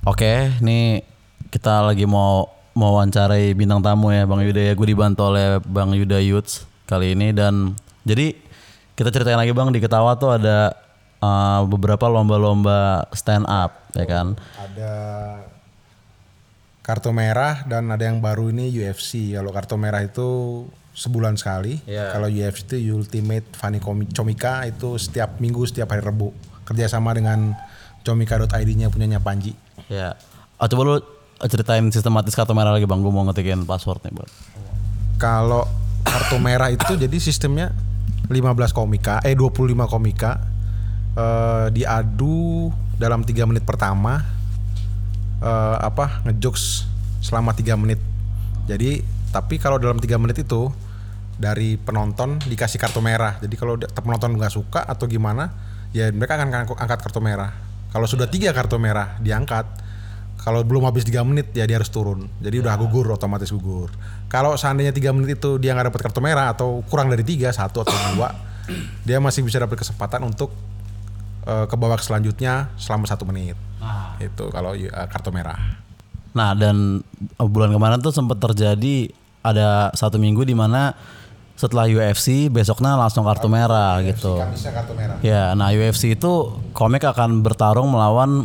Oke, nih kita lagi mau wawancarai bintang tamu ya Bang Yuda ya. Gue dibantu oleh Bang Yuda Yuts kali ini. Dan jadi kita ceritain lagi Bang, di Ketawa tuh ada beberapa lomba-lomba stand up ya kan. Ada kartu merah dan ada yang baru ini UFC. Kalau kartu merah itu sebulan sekali. Kalau UFC itu Ultimate Funny Comika, itu setiap minggu, setiap hari Rabu. Kerjasama dengan comika.id-nya punyanya Panji. Ya. Coba lu ceritain sistematis kartu merah lagi Bang. Gue mau ngetikin passwordnya Bang. Kalau kartu merah itu jadi sistemnya 25 komika diadu dalam 3 menit pertama ngejokes selama 3 menit. Jadi tapi kalau dalam 3 menit itu dari penonton dikasih kartu merah. Jadi kalau penonton nggak suka atau gimana, ya mereka akan angkat kartu merah. Kalau sudah 3 kartu merah diangkat, kalau belum habis 3 menit ya dia harus turun. Jadi udah gugur, otomatis gugur. Kalau seandainya 3 menit itu dia nggak dapat kartu merah atau kurang dari 3, 1 atau 2, dia masih bisa dapat kesempatan untuk ke babak selanjutnya selama 1 menit. Itu kalau kartu merah. Nah, dan bulan kemarin tuh sempat terjadi ada 1 minggu di mana setelah UFC besoknya langsung kartu merah UFC, gitu. Bisa kartu merah. Ya, nah UFC itu komik akan bertarung melawan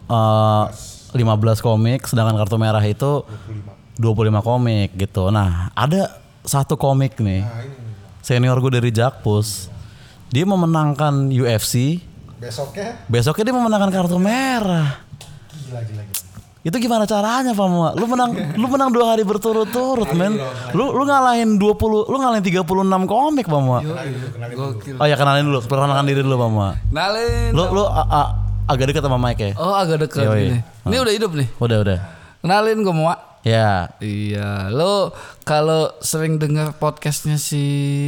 15 komik, sedangkan kartu merah itu 25 komik gitu. Nah, ada satu komik nih, senior gue dari Jakpus, dia memenangkan UFC. Besoknya dia memenangkan kartu merah. Gila. Itu gimana caranya Pak Mua? Lu menang 2 hari berturut-turut, men. Lu ngalahin 36 komik Pak Mua. Oh ya, kenalin dulu, perkenalkan diri dulu Pak Mua. Kenalin. Lu agak dekat sama mic ya? Oh, agak dekat gini. Ini udah hidup nih. Udah. Kenalin gue Mua. Ya. Iya, lo kalau sering dengar podcastnya si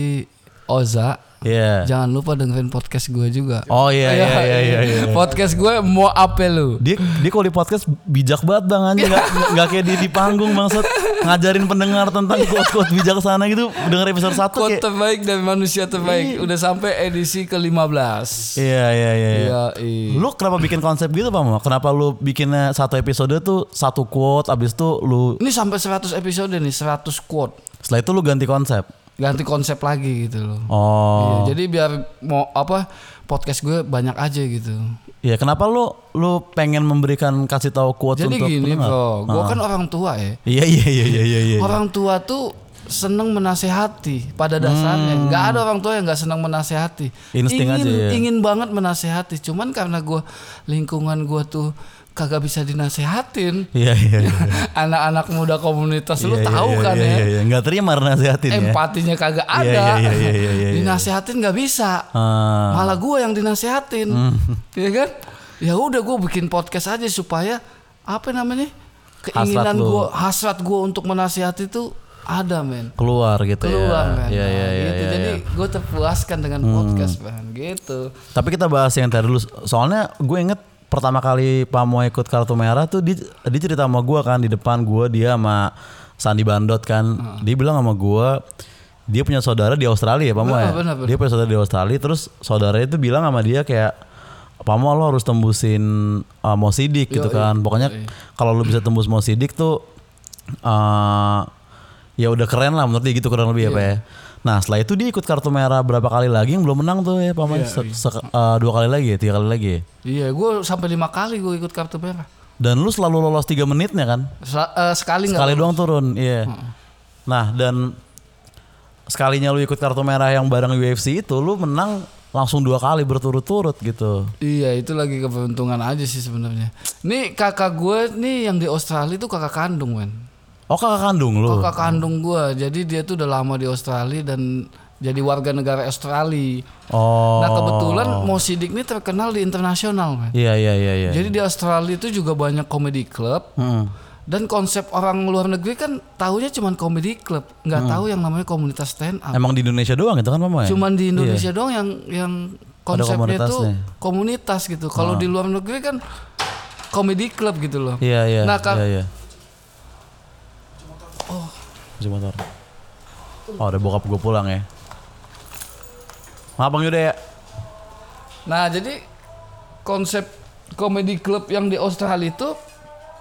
Oza, jangan lupa dengerin podcast gue juga. Oh iya. Podcast gue mau apa lu? Dia kalau di podcast bijak banget Bang, anjing. Nggak kayak di panggung maksud ngajarin pendengar tentang quote-quote bijaksana gitu. Dengar episode 1 quote terbaik dari manusia terbaik. Udah sampai edisi ke-15. Iya. Lu kenapa bikin konsep gitu Bang? Kenapa lu bikinnya 1 episode tuh 1 quote, abis itu lu ini sampai 100 episode nih, 100 quote. Setelah itu lu ganti konsep lagi gitu loh. Iya, jadi biar podcast gue banyak aja gitu. Iya, kenapa lu pengen kasih tahu quotes jadi untuk gini bro, gue kan orang tua ya. Iya. Orang tua tuh seneng menasehati pada dasarnya. Nggak ada orang tua yang nggak seneng menasehati. Insting aja ya. Ingin banget menasehati. Cuman karena lingkungan gue tuh kagak bisa dinasehatin. Iya. Anak-anak muda komunitas lu tahu kan ya. Iya. Nggak terima nasehatin. Empatinya kagak ada. Iya. Dinasehatin nggak bisa. Malah gue yang dinasehatin. Iya kan? Ya udah gue bikin podcast aja supaya keinginan gue, hasrat gue untuk menasehati itu ada men. Keluar men. Iya. Jadi gue terpuaskan dengan podcast men gitu. Tapi kita bahas yang tadi dulu. Soalnya gue inget pertama kali Pak Mo ikut kartu merah tuh dia cerita sama gue kan, di depan gue dia sama Sandi Bandot kan. Dia bilang sama gue dia punya saudara di Australia ya Pak Mo ya. Bener. Dia punya saudara di Australia, terus saudaranya itu bilang sama dia kayak, Pak Mo lo harus tembusin Mo Sidik gitu kan. Pokoknya kalau lo bisa tembus Mo Sidik tuh ya udah keren lah menurut dia gitu, kurang lebih ya Pak ya. Nah setelah itu dia ikut kartu merah berapa kali lagi yang belum menang tuh ya Pak Mas. 2 kali lagi ya, 3 kali lagi ya. Iya, gue sampai 5 kali gue ikut kartu merah. Dan lu selalu lolos 3 menitnya kan? Sekali doang turun, iya. Nah dan sekalinya lu ikut kartu merah yang bareng UFC itu, lu menang langsung 2 kali berturut-turut gitu. Iya, itu lagi keberuntungan aja sih sebenarnya. Nih kakak gue nih yang di Australia tuh kakak kandung men. Oh kakak kandung lu? Kakak kandung gue, jadi dia tuh udah lama di Australia dan jadi warga negara Australia. Nah kebetulan Mo Sidik ini terkenal di internasional kan. Iya. Jadi di Australia itu juga banyak comedy club. Dan konsep orang luar negeri kan tahunya cuman comedy club, nggak tahu yang namanya komunitas stand up. Emang di Indonesia doang itu kan Mama ya? Cuman di Indonesia doang yang konsepnya itu komunitas gitu. Kalau di luar negeri kan comedy club gitu loh. Iya. Nah Kunci motor. Udah bokap gue pulang ya. Maaf Bang Yuda ya. Nah jadi konsep comedy club yang di Australia itu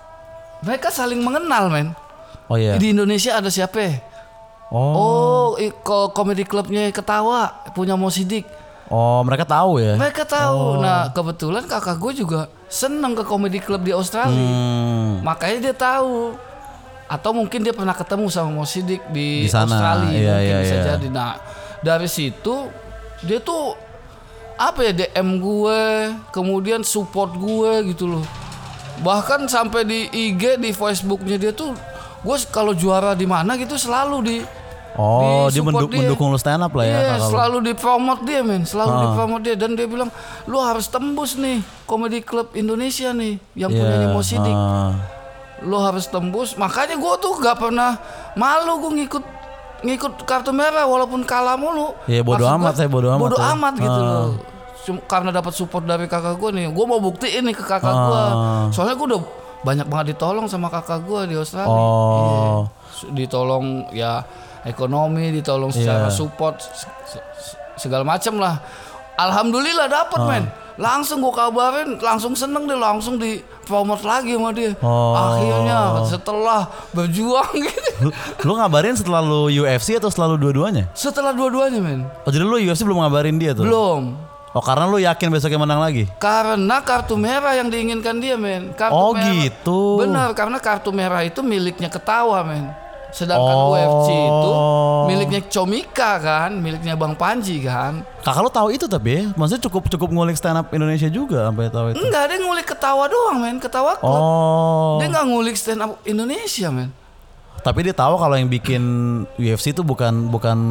mereka saling mengenal, men. Oh iya. Di Indonesia ada siapa? Komedi klubnya Ketawa punya Mo Sidik. Oh, mereka tahu ya. Mereka tahu. Nah, kebetulan kakak gue juga seneng ke komedi klub di Australia. Makanya dia tahu. Atau mungkin dia pernah ketemu sama Mo Sidik di sana. Australia, Iya, mungkin iya, bisa iya. jadi. Nah, dari situ dia tuh apa ya, DM gue, kemudian support gue gitu loh. Bahkan sampai di IG, di Facebooknya dia tuh, gue kalau juara di mana gitu selalu di Dia support mendukung lu stand up lah ya. Iya, kakak lu. selalu dipromot dia, men. Selalu dipromot dia, dan dia bilang, lu harus tembus nih komedi klub Indonesia nih yang punyanya Mo Sidik. Lu harus tembus. Makanya gue tuh gak pernah malu gue ngikut Kartu Merah walaupun kalah mulu. Iya, bodo Maksud amat, gua, saya bodo amat. bodo ya. amat gitu loh. Karena dapat support dari kakak gue nih, gue mau buktiin nih ke kakak gue. Soalnya gue udah banyak banget ditolong sama kakak gue di Australia. Iya. Ditolong ya ekonomi, ditolong secara support segala macam lah. Alhamdulillah dapat, men. Langsung gue kabarin, langsung seneng deh, langsung dipromot lagi sama dia. Akhirnya setelah berjuang gitu. Lu ngabarin setelah lu UFC atau selalu dua-duanya? Setelah dua-duanya, men. Oh, jadi lu UFC belum ngabarin dia tuh? Belum. Oh, karena lu yakin besoknya menang lagi? Karena kartu merah yang diinginkan dia, men. Kartu merah. Gitu. Benar, karena kartu merah itu miliknya Ketawa, men. Sedangkan UFC itu miliknya Comika kan, miliknya Bang Panji kan. Kakak lu tahu itu tapi ya? Maksudnya cukup ngulik stand up Indonesia juga sampai tahu itu? Enggak, dia ngulik Ketawa doang, men. Ketawa Club. Dia nggak ngulik stand up Indonesia, men. Tapi dia tahu kalau yang bikin UFC itu bukan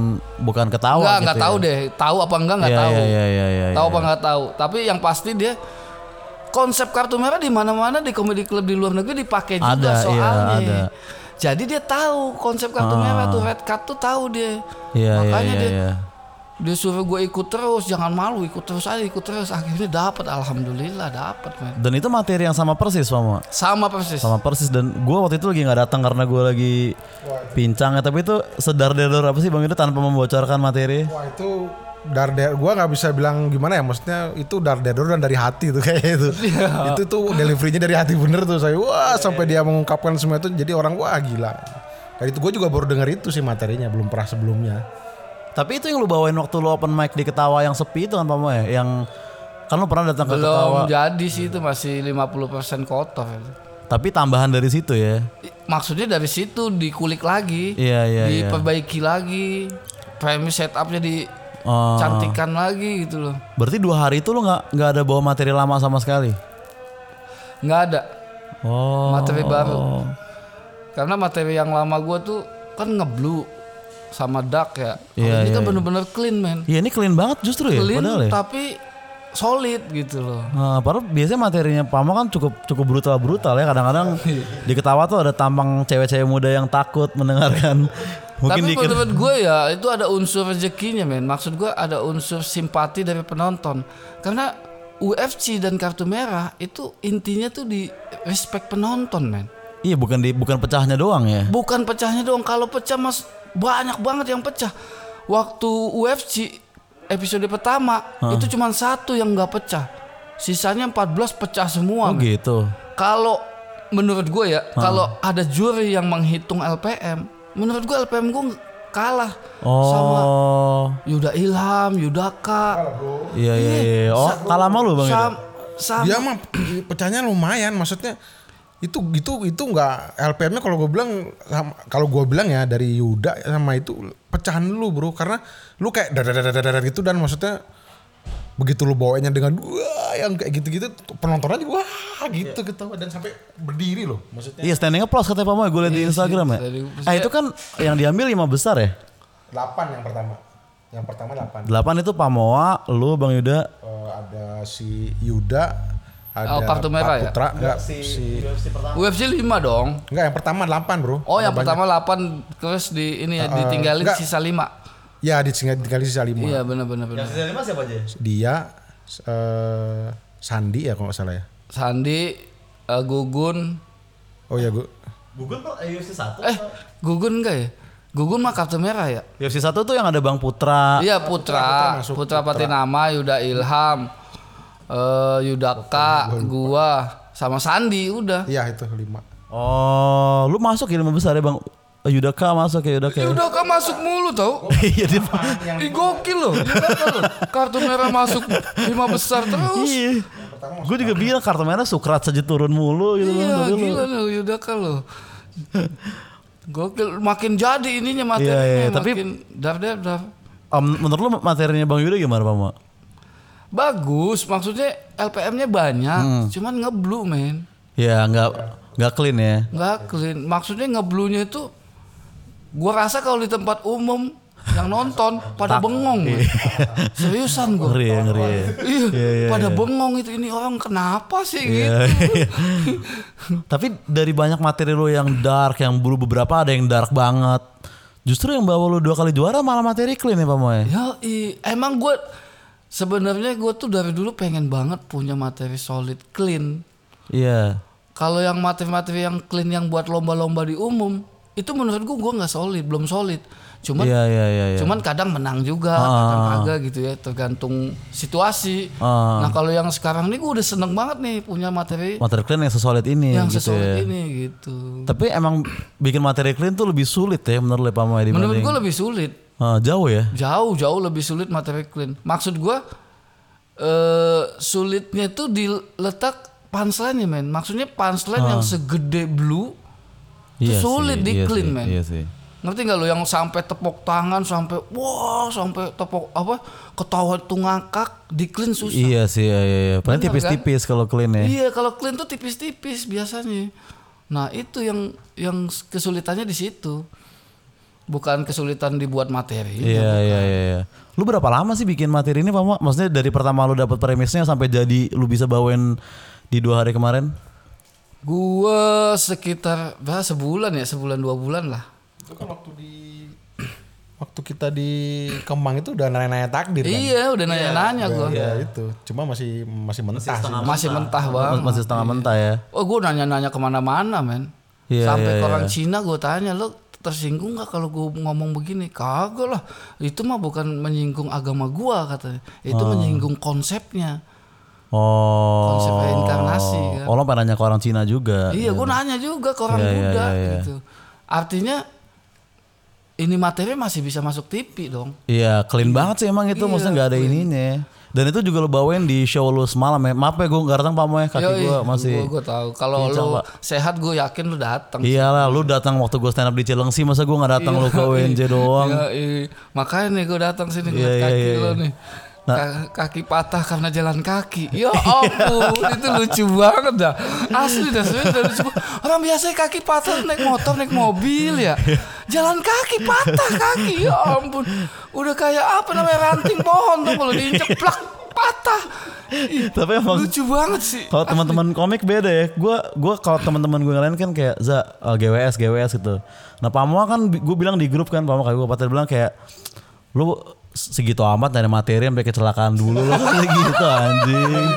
Ketawa. Enggak gitu tahu ya? deh. Tahu apa enggak Iya, tahu. Iya. Tahu apa enggak tahu. Tapi yang pasti dia konsep kartu merah di mana-mana di komedi klub di luar negeri dipakai juga Ada, soalnya. iya, ada. Jadi dia tahu konsep kartu merah tuh, red card tuh tahu dia. Iya, Makanya iya. dia suruh gue ikut terus, jangan malu, ikut terus aja, ikut terus. Akhirnya dapat, alhamdulillah dapat, men. Dan itu materi yang sama persis sama Sama persis. Dan gue waktu itu lagi nggak datang karena gue lagi pincang ya. Tapi itu sedar-dedor apa sih Bang Yuda tanpa membocorkan materi? Wah itu gue nggak bisa bilang gimana ya, maksudnya itu dar-dedor dan dari hati tuh kayak itu. Itu tuh deliverynya dari hati bener tuh, saya wah sampai dia mengungkapkan semua itu jadi orang wah gila. Dan itu gue juga baru denger itu sih materinya, belum pernah sebelumnya. Tapi itu yang lu bawain waktu lu open mic di Ketawa yang sepi itu kan Pak Mo ya? Yang kan lu pernah datang ke Ketawa. Belum jadi sih, itu masih 50% kotor. Tapi tambahan dari situ ya. Maksudnya dari situ dikulik lagi, Iya. diperbaiki lagi, premis setupnya dicantikan lagi gitu loh. Berarti 2 hari itu lu nggak ada bawa materi lama sama sekali? Nggak ada materi Oh. baru. Karena materi yang lama gue tuh kan ngeblue sama dark ya. Kalau ini kan bener-bener clean, men. Iya ini clean banget justru ya. Clean Padahal ya. tapi solid gitu loh. Nah, padahal biasanya materinya Pamo kan cukup brutal ya. Kadang-kadang di Ketawa tuh ada tampang cewek-cewek muda yang takut mendengarkan. Mungkin Tapi dikira menurut gue ya itu ada unsur rezekinya, men. Maksud gue ada unsur simpati dari penonton. Karena UFC dan kartu merah itu intinya tuh di respect penonton, men. iya bukan pecahnya doang ya. Bukan pecahnya doang. Kalau pecah mas banyak banget yang pecah. Waktu UFC episode pertama itu cuma 1 yang nggak pecah. Sisanya 14 pecah semua. Oh men. gitu. Kalau menurut gue ya, kalau ada juri yang menghitung LPM, menurut gue LPM gue kalah sama Yuda Ilham, Yudaka. Iya. Oh kalah sama lu Bang itu. Dia mah pecahnya lumayan, maksudnya itu nggak LPM-nya kalau gue bilang ya dari Yuda sama itu pecahan lu bro, karena lu kayak dadadadadadad gitu, dan maksudnya begitu lu bawanya dengan wah yang kayak gitu-gitu penontonnya juga wah gitu ketawa dan sampai berdiri loh maksudnya. Iya standing applause katanya Pamo gue liat di Instagram ya. Itu kan yang diambil 5 besar ya. 8 yang pertama 8 itu Pamoa, lu Bang Yuda. Ada si Yuda, ada kartu merah ya? Putra, enggak UFC 5 dong. Enggak, yang pertama 8 bro. Oh yang Ada pertama 8 terus ditinggalin enggak. sisa 5. Ya ditinggal sisa 5. Iya benar. Yang sisa 5 siapa aja? Dia Sandi ya kalau nggak salah ya. Sandi, Gugun. Oh ya gue. Gugun kok UFC 1? Gugun enggak ya? Gugun mah kartu merah ya? UFC 1 tuh yang ada Bang Putra. Iya Putra Patinama, Yuda Ilham, Yudaka, gua sama Sandi udah. Iya itu 5. Oh, lu masuk ya 5 besar ya Bang? Yudaka masuk ya Yudaka. Yudaka masuk mulu tau. Iya dia. Ih gokil loh. Yudaka loh. Kartu merah masuk 5 besar terus. Iya. Gue juga bilang kartu merah Sukrat saja turun mulu gitu. Iya gila loh Yudaka loh. Gokil, makin jadi ininya materinya, Iya, tapi makin dar. menurut lu materinya Bang Yuda gimana Pak Mo? Bagus, maksudnya LPM-nya banyak, cuman ngeblu men. Ya nggak clean ya. Nggak clean, maksudnya ngeblunya itu gua rasa kalau di tempat umum yang nonton pada bengong men. Seriusan gua. Ngeri ya. Iya, pada bengong itu, ini orang kenapa sih gitu. Tapi dari banyak materi lo yang dark, yang blue, beberapa ada yang dark banget. Justru yang bawa lo 2 kali juara malah materi clean ya Pak Moy. Ya, emang gue sebenarnya gue tuh dari dulu pengen banget punya materi solid clean. Iya. Kalau yang materi-materi yang clean yang buat lomba-lomba di umum itu menurut gue nggak solid, belum solid. Cuman Iya. cuman kadang menang juga, kadang kagak gitu ya, tergantung situasi. Nah kalau yang sekarang nih gue udah seneng banget nih punya materi clean yang sesolid ini yang gitu sesolid ya. ini gitu. Tapi emang bikin materi clean tuh lebih sulit ya menurut Pak Moy dibanding. Menurut gue lebih sulit. Jauh ya? Jauh lebih sulit materi clean. Maksud gue sulitnya tuh diletak punchline-nya men. Maksudnya punchline yang segede blue itu sulit di clean men. Iya sih. Ngerti gak lo yang sampai tepuk tangan sampai wah sampai tepuk apa ketawa tuh ngakak di clean susah. Iya sih iya. Paling Bener, tipis-tipis kan? Kalau clean ya. Iya kalau clean tuh tipis-tipis biasanya. Nah itu yang kesulitannya di situ. Bukan kesulitan dibuat materi. Iya. Lu berapa lama sih bikin materi ini Pak Mo? Maksudnya dari pertama lu dapat premisnya sampai jadi lu bisa bawain di 2 hari kemarin? Gua sekitar sebulan 2 bulan lah. Itu kan waktu kita di Kemang itu udah nanya-nanya takdir kan. Iya, udah nanya-nanya gua. Iya itu. Cuma masih mentah sih. Masih mentah banget. Masih setengah mentah ya. Oh, gua nanya-nanya kemana-mana, men. Iya, Sampai iya, ke orang iya. Cina gua tanya, "Lo tersinggung gak kalau gua ngomong begini?" Kagak lah. Itu mah bukan menyinggung agama gua katanya. Itu menyinggung konsepnya. Oh. Konsep reinkarnasi kan. Oh, lo pengen nanya ke orang Cina juga. Iya, gua nanya juga ke orang Iya, Buddha iya. gitu. Artinya ini materi masih bisa masuk TV dong. Iya, clean banget sih emang itu. Iya, Maksudnya gak ada ininya. Dan itu juga lo bawain di show lo semalam ya. Maaf ya gue gak datang Pak Mo ya. Kaki gue masih. Gue tahu. Kalau Pincang, lo Pak. sehat gue yakin lo datang. Iyalah, lu datang waktu gue stand up di Cilengsi. Masa gue gak datang lu ke WNJ doang. Iya. Makanya nih gue datang sini Iya, ngeliat kaki iya. lo nih. Kaki patah karena jalan kaki. Ya ampun, itu lucu banget dah. Asli dah, lucu banget. Orang biasa kaki patah naik motor, naik mobil ya. Jalan kaki patah kaki. Ya ampun. Udah kayak apa namanya ranting pohon tuh kalau diinjek plak patah. Tapi emang Lucu banget sih. kalau teman-teman komik beda ya. Gue kalau teman-teman gue lain kan kayak GWS gitu. Nah Pak Mo kan gue bilang di grup kan, Pak Mo kayak gue patah bilang kayak lu segitu amat dari materi sampai kecelakaan dulu lo kayak gitu anjing.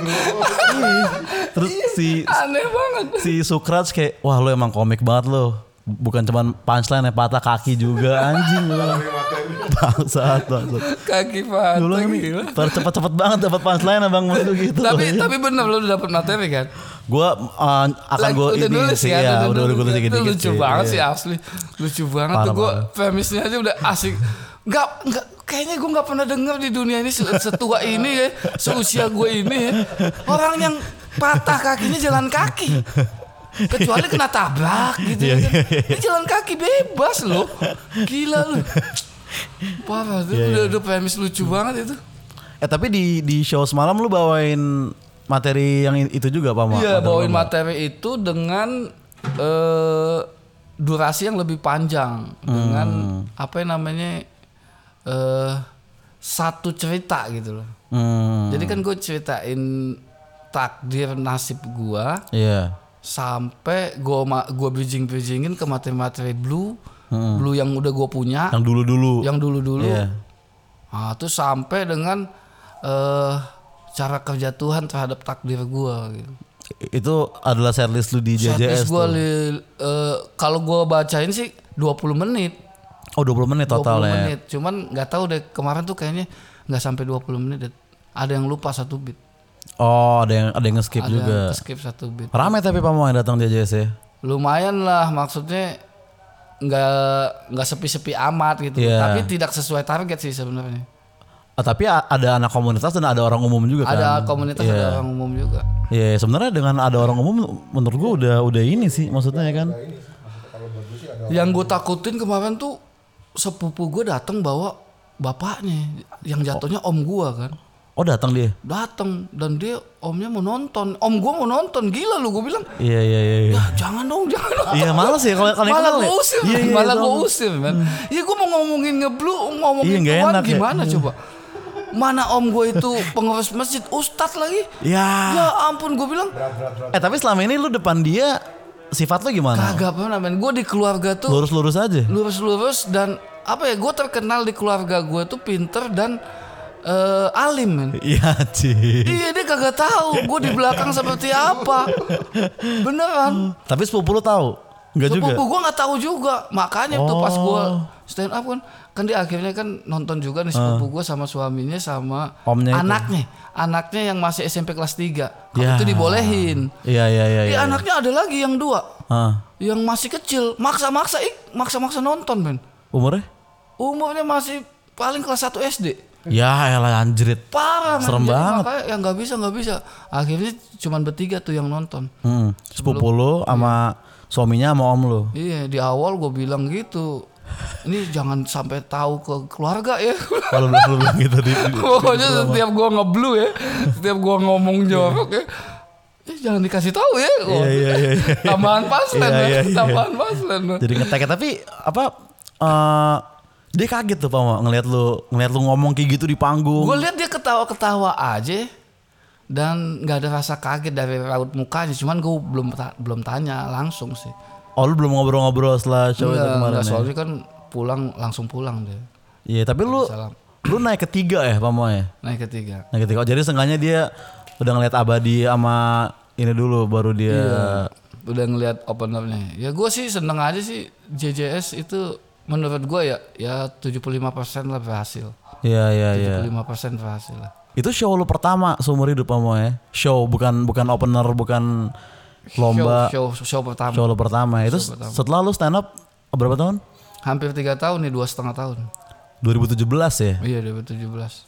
Terus Aneh banget. si Sukrat kayak wah lo emang komik banget lo. Bukan cuman punchline ya, patah kaki juga anjing lo. Bangsat. Kaki patah. Dulu Gila. cepet-cepet banget dapat punchline abang maksud gitu. Tapi bener lo udah dapat materi kan? Gua akan gue udah ini nulis sih kan? ya udah gue tulis Itu dikit-dikit lucu sih. banget Iya. sih asli. Lucu banget Parah, tuh gue parah. premisnya aja udah asik. Nggak kayaknya gue nggak pernah dengar di dunia ini setua ini ya, seusia gue ini ya. Orang yang patah kakinya jalan kaki. Kecuali kena tabrak gitu ya kan. Ini jalan kaki bebas loh. Gila lu. Parah tuh udah premis lucu banget itu. Tapi di show semalam lu bawain materi yang itu juga Pak Mo? Iya, Materi bawain lomba. materi itu dengan durasi yang lebih panjang dengan apa yang namanya satu cerita gitu loh. Jadi kan gue ceritain takdir nasib gue sampai gue bridgingin ke materi-materi blue yang udah gue punya, yang dulu-dulu. Iya. Nah, terus sampai dengan cara kerja Tuhan terhadap takdir gue gitu. Itu adalah setlist lu di JJS Setlist gue tuh. kalau gue bacain sih 20 menit. Oh 20 menit total 20 ya. menit. Cuman nggak tahu deh kemarin tuh kayaknya nggak sampai 20 menit deh. Ada yang lupa 1 bit. Oh ada yang nge-skip Ada juga. yang skip 1 bit. Rame tapi Pak Mo yang datang di JJS ya. lumayan lah, maksudnya nggak sepi-sepi amat gitu. Iya. Tapi tidak sesuai target sih sebenarnya. Tapi ada anak komunitas dan ada orang umum juga kan. Ada komunitas, Iya. ada orang umum juga. Iya, sebenarnya dengan ada orang umum menurut gua udah ini sih maksudnya ya kan. Yang gue takutin kemarin tuh sepupu gue datang bawa bapaknya yang jatuhnya om gue kan. Oh, datang dia. Datang dan dia omnya mau nonton. Om gue mau nonton, gila lu, gue bilang. Iya. Ya jangan dong. Iya, malas ya kalau Malah gue usir, malah gue sama. usir, man. Ya gue mau ngomongin ngeblu, ngomongin Iya, nggak Tuhan enak ya. gimana coba? Mana om gue itu pengurus masjid, ustadz lagi. Ya. Ya ampun, gue bilang. Tapi selama ini lu depan dia sifat lu gimana? Kagak pernah, men. Gue di keluarga tuh Lurus-lurus aja. lurus-lurus dan apa ya? Gue terkenal di keluarga gue tuh pinter dan alim, men. Iya, Ci. Iya, dia kagak tahu gue di belakang seperti apa. Beneran. Tapi sepupu lu tahu? Enggak juga. Sepupu gue nggak tahu juga. Makanya tuh pas gue stand up kan dia akhirnya kan nonton juga nih sepupu gue sama suaminya sama Omnya itu. anaknya yang masih SMP kelas 3. Kalau Ya. itu dibolehin. Iya. Anaknya ada lagi yang 2. Ah. Yang masih kecil, maksa-maksa nonton, men. Umurnya masih paling kelas 1 SD. Ya elah anjrit. Parah, men. Serem Jadi banget. Makanya ya nggak bisa. Akhirnya cuman bertiga tuh yang nonton. Sepupu lu sama suaminya sama om lu. Iya, di awal gue bilang gitu. Ini jangan sampai tahu ke keluarga ya. Kalau lu bilang gitu di Pokoknya setiap gue ngeblu ya, setiap gue ngomong jorok ya, jangan dikasih tahu ya. Iya. Tambahan paslen, Iya. tambahan paslen. Jadi ngetek tapi apa dia kaget tuh Pak ngelihat lu ngomong kayak gitu di panggung. Gue lihat dia ketawa-ketawa aja dan nggak ada rasa kaget dari raut mukanya. Cuman gue belum tanya langsung sih. Oh, lu belum ngobrol-ngobrol setelah show itu kemarin Enggak, ya? soalnya kan langsung pulang deh. Iya, tapi lu naik ketiga ya Pak Mo ya? Naik ketiga. Naik ketiga. Oh, jadi seenggaknya dia udah ngeliat Abadi sama ini dulu baru dia. Iya, udah ngelihat openernya. Ya gue sih seneng aja sih JJS itu menurut gue ya 75% lah berhasil. Iya. 75% berhasil lah. Itu show lu pertama seumur hidup Pak Mo ya? Show bukan opener, bukan lomba. Show pertama. Show lu pertama. Itu pertama. setelah lu stand up berapa tahun? Hampir 3 tahun nih, 2,5 tahun. 2017 ya? Iya, 2017.